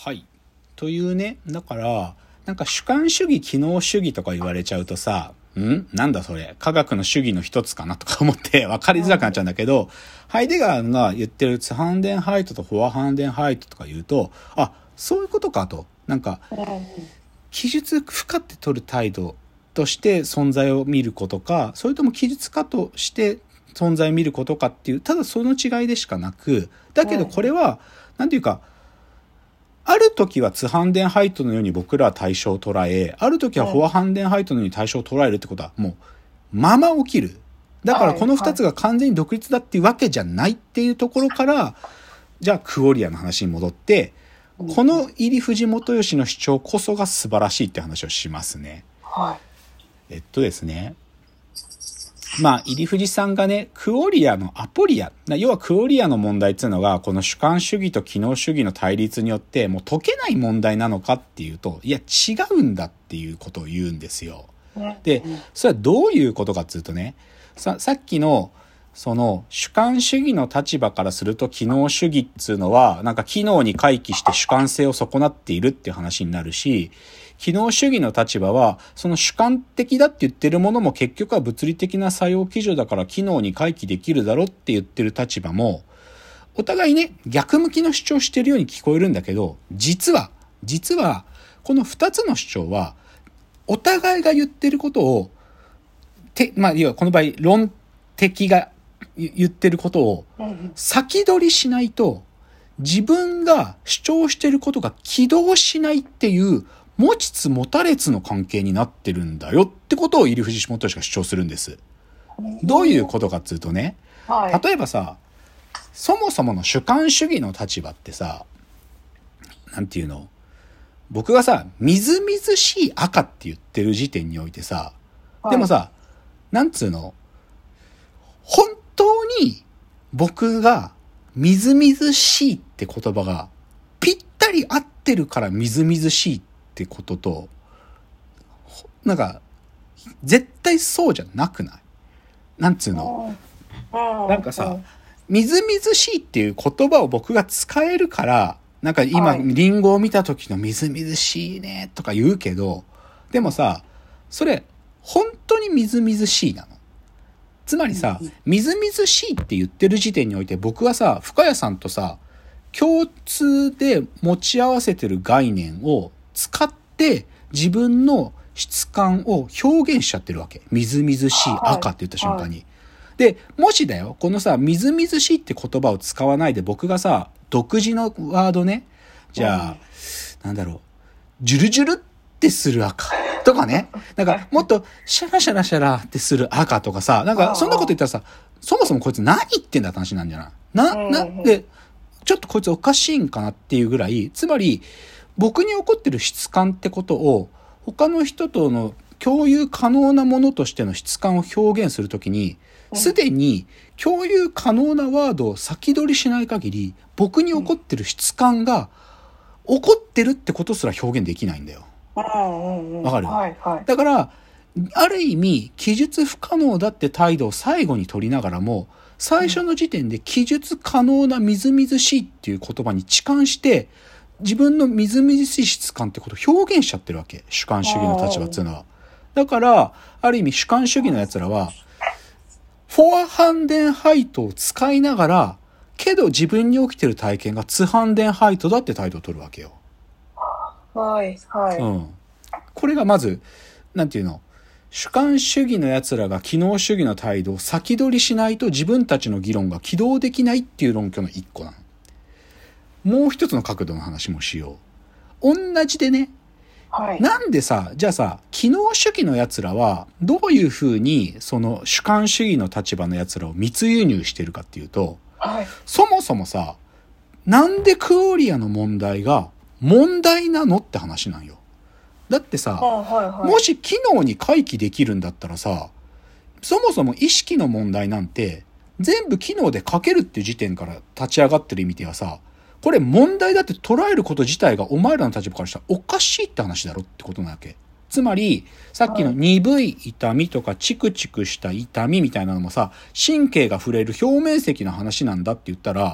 はい。というね、だから、なんか主観主義、機能主義とか言われちゃうとさ、なんだそれ、科学の主義の一つかなとか思って分かりづらくなっちゃうんだけど、ハイデガーが言ってるツハンデンハイトとフォアハンデンハイトとか言うと、あ、そういうことかと。なんか、記述不可って取る態度として存在を見ることか、それとも記述可として存在を見ることかっていう、ただその違いでしかなく、だけどこれは、なんていうか、ある時はツハンデンハイトのように僕らは対象を捉え、ある時はフォアハンデンハイトのように対象を捉えるってことはもうまま起きる。だからこの二つが完全に独立だっていうわけじゃないっていうところから、じゃあクオリアの話に戻って、この入藤元義の主張こそが素晴らしいって話をしますね。 はい。 ですね。まあ、入藤さんがね、クオリアのアポリア、要はクオリアの問題っていうのが、この主観主義と機能主義の対立によって、もう解けない問題なのかっていうと、いや、違うんだっていうことを言うんですよ。で、それはどういうことかっていうとね、さっきの、その主観主義の立場からすると機能主義っていうのは、なんか機能に回帰して主観性を損なっているっていう話になるし、機能主義の立場は、その主観的だって言ってるものも結局は物理的な作用基準だから機能に回帰できるだろって言ってる立場も、お互いね、逆向きの主張してるように聞こえるんだけど、実は、この二つの主張は、お互いが言ってることを、まあ、要はこの場合、論的が言ってることを、先取りしないと、自分が主張してることが起動しないっていう、持ちつ持たれつの関係になってるんだよってことを入藤元義が主張するんです。どういうことかっていうとね、例えばさ、そもそもの主観主義の立場ってさ、なんていうの、僕がさ、みずみずしい赤って言ってる時点においてさ、でもさ、なんつうの、本当に僕がみずみずしいって言葉がぴったり合ってるからみずみずしいってことと、なんか絶対そうじゃなくない？なんつうの、なんかさ、みずみずしいっていう言葉を僕が使えるから、なんか今リンゴを見た時のみずみずしいねとか言うけど、でもさ、それ本当にみずみずしいなの。つまりさ、みずみずしいって言ってる時点において僕はさ、深谷さんとさ、共通で持ち合わせてる概念を使って自分の質感を表現しちゃってるわけ。みずみずしい赤って言った瞬間に。で、もしだよ、このさ、みずみずしいって言葉を使わないで僕がさ、独自のワードね、じゃあ、なんだろう、ジュルジュルってする赤とかね、なんかもっとシャラシャラシャラってする赤とかさ、なんかそんなこと言ったらさ、そもそもこいつ何言ってんだって話なんじゃないで、ちょっとこいつおかしいんかなっていうぐらい、つまり僕に起こってる質感ってことを他の人との共有可能なものとしての質感を表現するときに、すでに共有可能なワードを先取りしない限り、僕に起こってる質感が起こってるってことすら表現できないんだよ。わかる？だから、ある意味、記述不可能だって態度を最後に取りながらも、最初の時点で記述可能なみずみずしいっていう言葉に置換して、自分のみずみずしい質感ってことを表現しちゃってるわけ。主観主義の立場っていうのは。だから、ある意味主観主義の奴らは、フォアハンデンハイトを使いながら、けど自分に起きてる体験がツハンデンハイトだって態度を取るわけよ。これがまず、なんていうの、主観主義の奴らが機能主義の態度を先取りしないと自分たちの議論が起動できないっていう論拠の一個なの。もう一つの角度の話もしよう。同じでね、なんでさ、じゃあさ、機能主義の奴らはどういうふうにその主観主義の立場の奴らを密輸入してるかっていうと、そもそもさ、なんでクオリアの問題が問題なのって話なんよ。だってさ、もし機能に回帰できるんだったらさ、そもそも意識の問題なんて全部機能で書けるっていう時点から立ち上がってる意味ではさ、これ問題だって捉えること自体がお前らの立場からしたらおかしいって話だろってことなわけ。つまり、さっきの鈍い痛みとかチクチクした痛みみたいなのもさ、神経が触れる表面積の話なんだって言ったら、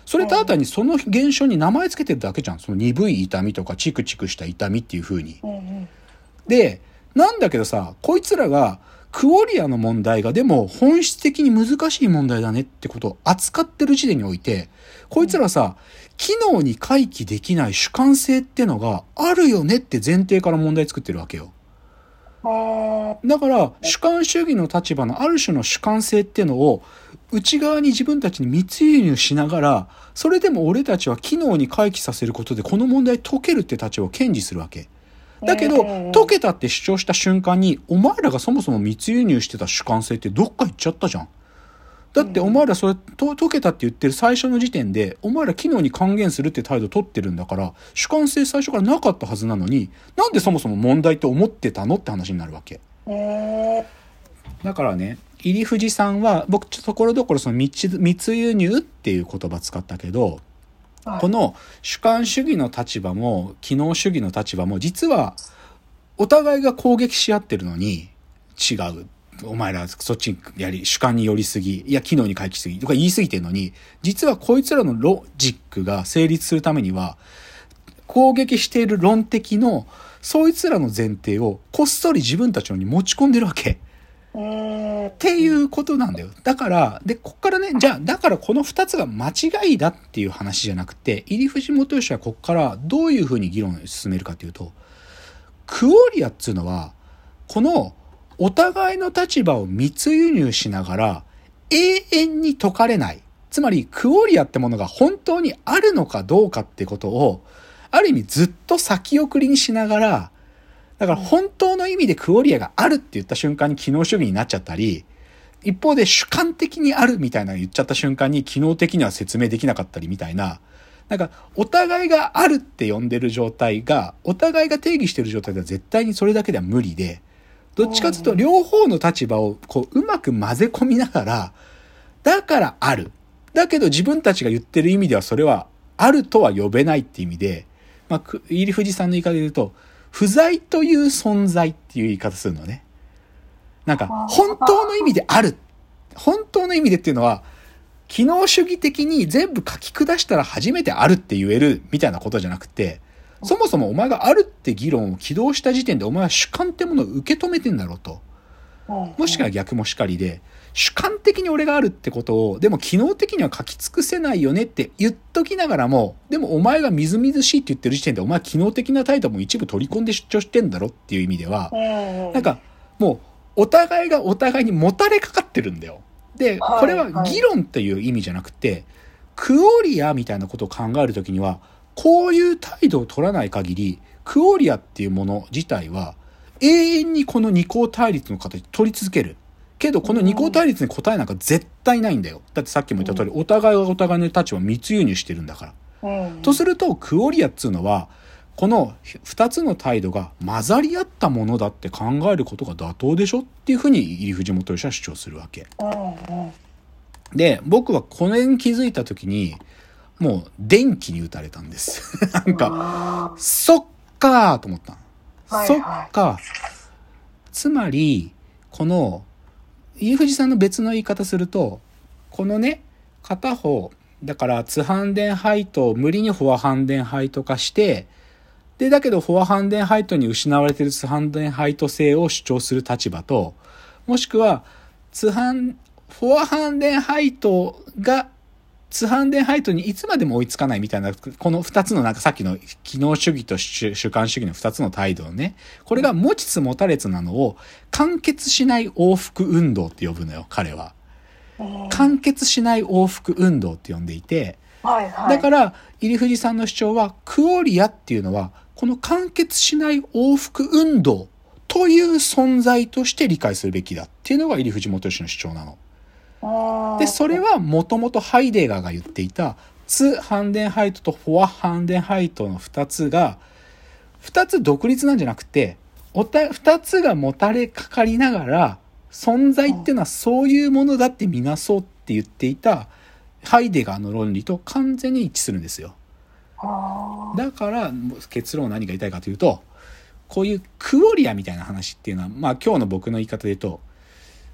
それただ単にその現象に名前つけてるだけじゃん。その鈍い痛みとかチクチクした痛みっていう風に。で、なんだけどさ、こいつらがクオリアの問題がでも本質的に難しい問題だねってことを扱ってる時点において、こいつらさ、機能に回帰できない主観性ってのがあるよねって前提から問題作ってるわけよ。だから主観主義の立場のある種の主観性ってのを内側に自分たちに密輸入しながら、それでも俺たちは機能に回帰させることでこの問題解けるって立場を堅持するわけ。だけど解けたって主張した瞬間に、お前らがそもそも密輸入してた主観性ってどっか行っちゃったじゃん。だってお前らそれ解けたって言ってる最初の時点でお前ら機能に還元するって態度を取ってるんだから、主観性最初からなかったはずなのに、なんでそもそも問題って思ってたのって話になるわけ。だからね、入藤さんは僕ところどころその密輸入っていう言葉使ったけど、この主観主義の立場も機能主義の立場も実はお互いが攻撃し合ってるのに違う。お前らそっちに主観に寄りすぎ、いや機能に回帰しすぎとか言い過ぎてるのに、実はこいつらのロジックが成立するためには、攻撃している論的のそいつらの前提をこっそり自分たちのに持ち込んでるわけ。っていうことなんだよ。だから、で、こっからね、じゃあ、だからこの二つが間違いだっていう話じゃなくて、入藤元義はこっからどういうふうに議論を進めるかというと、クオリアっつうのは、このお互いの立場を密輸入しながら永遠に解かれない。つまり、クオリアってものが本当にあるのかどうかってことを、ある意味ずっと先送りにしながら、だから本当の意味でクオリアがあるって言った瞬間に機能主義になっちゃったり、一方で主観的にあるみたいなの言っちゃった瞬間に機能的には説明できなかったりみたいな、なんかお互いがあるって呼んでる状態が、お互いが定義してる状態では絶対にそれだけでは無理で、どっちかというと両方の立場をこううまく混ぜ込みながら、だからある。だけど自分たちが言ってる意味ではそれはあるとは呼べないっていう意味で、入藤さんの言い方で言うと、不在という存在っていう言い方するのね。なんか本当の意味である。本当の意味でっていうのは、機能主義的に全部書き下したら初めてあるって言えるみたいなことじゃなくて、そもそもお前があるって議論を起動した時点でお前は主観ってものを受け止めてんだろうと。もしくは逆もしかりで、主観的に俺があるってことを、でも機能的には書き尽くせないよねって言っときながらも、でもお前がみずみずしいって言ってる時点でお前は機能的な態度も一部取り込んで主張してんだろっていう意味では、なんかもうお互いがお互いにもたれかかってるんだよ。で、これは議論っていう意味じゃなくて、クオリアみたいなことを考えるときには、こういう態度を取らない限り、クオリアっていうもの自体は永遠にこの二項対立の形取り続ける。けどこの二項対立に答えなんか絶対ないんだよ。だってさっきも言った通り、お互いがお互いの立場を密輸入してるんだから。とすると、クオリアっつうのは、この二つの態度が混ざり合ったものだって考えることが妥当でしょっていうふうに入藤元義は主張するわけ。で、僕はこれに気づいたときに、もう電気に打たれたんです。なんか、そっかーと思った。そっか。つまり、この、入藤さんの別の言い方すると、このね、片方、だからツハンデンハイトを無理にフォアハンデンハイト化して、で、だけどフォアハンデンハイトに失われているツハンデンハイト性を主張する立場と、もしくは、フォアハンデンハイトが、ツハンデンハイトにいつまでも追いつかないみたいな、この二つのなんかさっきの機能主義と主観主義の二つの態度をね、これが持ちつ持たれつなのを完結しない往復運動って呼ぶのよ、彼は。完結しない往復運動って呼んでいて、だから入藤さんの主張はクオリアっていうのはこの完結しない往復運動という存在として理解するべきだっていうのが入藤元義の主張なの。で、それはもともとハイデガーが言っていたツハンデンハイトとフォアハンデンハイトの二つが、二つ独立なんじゃなくて、二つがもたれかかりながら、存在っていうのはそういうものだってみなそうって言っていたハイデガーの論理と完全に一致するんですよ。だから結論は何が言いたいかというと、こういうクオリアみたいな話っていうのは、まあ今日の僕の言い方で言うと、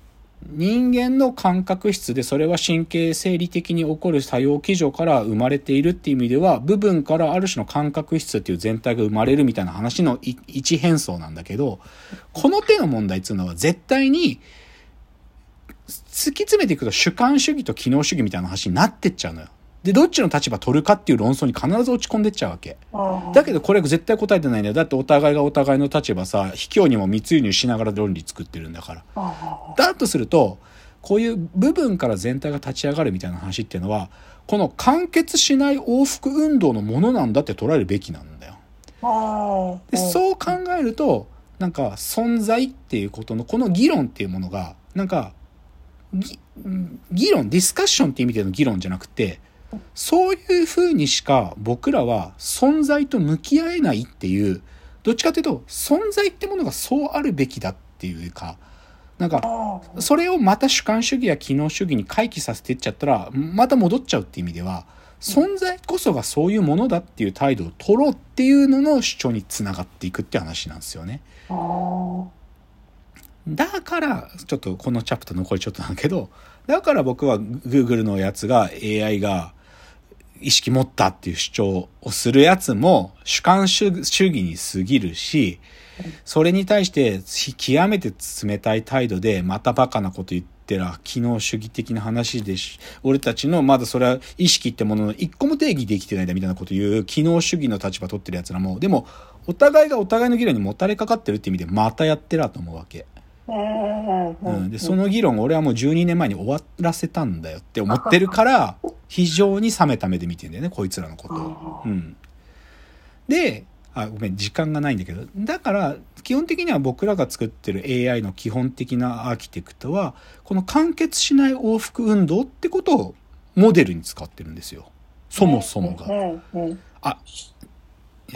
人間の感覚質で、それは神経生理的に起こる作用基準から生まれているっていう意味では、部分からある種の感覚質っていう全体が生まれるみたいな話の一変相なんだけど、この手の問題っていうのは絶対に突き詰めていくと主観主義と機能主義みたいな話になってっちゃうのよ。で、どっちの立場取るかっていう論争に必ず落ち込んでっちゃうわけ。だけどこれ絶対答えてないんだよ。だってお互いがお互いの立場さ、卑怯にも密輸入しながら論理作ってるんだから。だとすると、こういう部分から全体が立ち上がるみたいな話っていうのは、この完結しない往復運動のものなんだって捉えるべきなんだよ。で、そう考えると、なんか存在っていうことのこの議論っていうものが、なんか、議論、ディスカッションっていう意味での議論じゃなくて、そういう風にしか僕らは存在と向き合えないっていう、どっちかというと存在ってものがそうあるべきだっていうか、なんかそれをまた主観主義や機能主義に回帰させていっちゃったらまた戻っちゃうっていう意味では、存在こそがそういうものだっていう態度を取ろうっていうのの主張につながっていくって話なんですよね。だからちょっとこのチャプター残りちょっとなんだけど、だから僕は Google のやつが AI が意識持ったっていう主張をするやつも主観主義に過ぎるし、それに対して極めて冷たい態度でまたバカなこと言ってら機能主義的な話で俺たちのまだそれは意識ってものの一個も定義できてないんだみたいなこと言う機能主義の立場取ってるやつらも、でもお互いがお互いの議論にもたれかかってるって意味でまたやってらと思うわけ。でその議論俺はもう12年前に終わらせたんだよって思ってるから非常に冷めた目で見てんだよね、こいつらのことを。で、ごめん時間がないんだけど、だから基本的には僕らが作ってる AI の基本的なアーキテクトはこの完結しない往復運動ってことをモデルに使ってるんですよ、そもそもが。